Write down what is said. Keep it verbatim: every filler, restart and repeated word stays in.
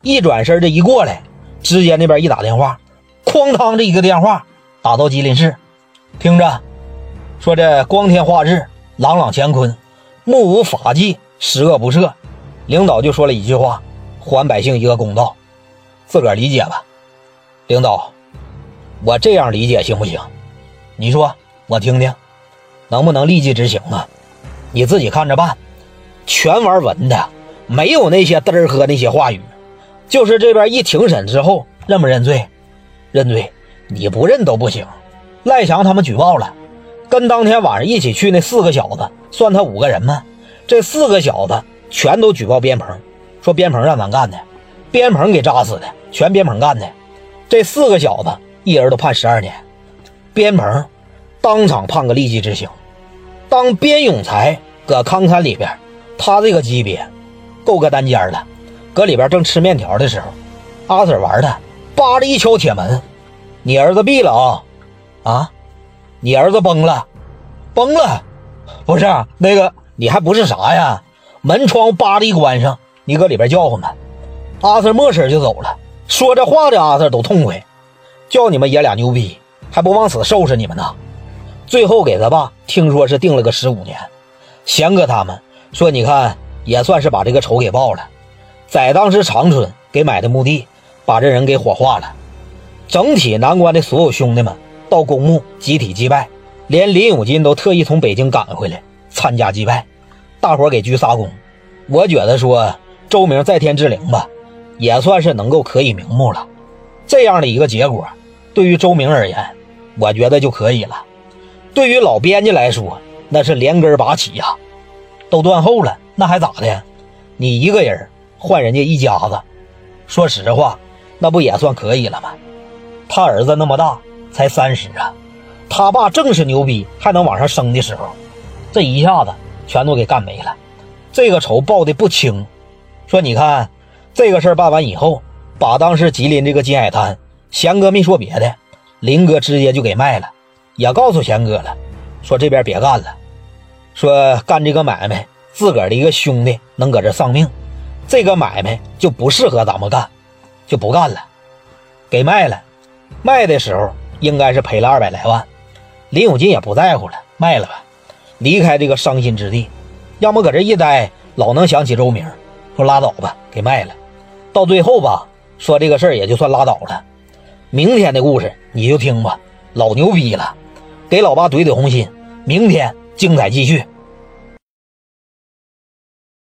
一转身这一过来，直接那边一打电话，哐当这一个电话打到吉林市。听着，说这光天化日，朗朗乾坤，目无法纪，十恶不赦。领导就说了一句话，还百姓一个公道，自个儿理解吧。领导，我这样理解行不行？你说我听听，能不能立即执行啊？你自己看着办，全玩文的，没有那些嘚儿和那些话语，就是这边一庭审之后认不认罪？认罪，你不认都不行。赖强他们举报了，跟当天晚上一起去那四个小子，算他五个人吗？这四个小子全都举报边鹏，说边鹏让咱干的，边鹏给扎死的，全边鹏干的。这四个小子一人都判十二年，边鹏当场判个立即执行。当边永才搁康餐里边，他这个级别够个单间了，搁里边正吃面条的时候，阿 Sir 玩的扒着一敲铁门，你儿子毙了啊啊，你儿子崩了崩了，不是那个你还不是啥呀，门窗扒着一关上，你搁里边叫唤吧。阿 Sir 没事就走了，说这话的阿 Sir 都痛快，叫你们爷俩牛逼，还不往死收拾你们呢。最后给他爸听说是定了个十五年。贤哥他们说，你看也算是把这个仇给报了，在当时长春给买的墓地把这人给火化了。整体南关的所有兄弟们到公墓集体祭拜，连林永金都特意从北京赶回来参加祭拜，大伙给鞠仨躬。我觉得说周明在天之灵吧，也算是能够可以瞑目了。这样的一个结果对于周明而言，我觉得就可以了。对于老编辑来说，那是连根拔起呀、啊，都断后了，那还咋的？你一个人换人家一家子，说实话，那不也算可以了吗？他儿子那么大，才三十啊，他爸正是牛逼还能往上升的时候，这一下子全都给干没了，这个仇报的不轻。说你看这个事儿办完以后，把当时吉林这个金海滩，贤哥没说别的，林哥直接就给卖了，也告诉贤哥了，说这边别干了，说干这个买卖自个儿的一个兄弟能搁这丧命，这个买卖就不适合咱们干，就不干了，给卖了。卖的时候应该是赔了二百来万，林永金也不在乎了，卖了吧，离开这个伤心之地。要么搁这一待老能想起周明，说拉倒吧，给卖了。到最后吧，说这个事儿也就算拉倒了。明天的故事你就听吧，老牛逼了，给老爸怼怼红心，明天精彩继续。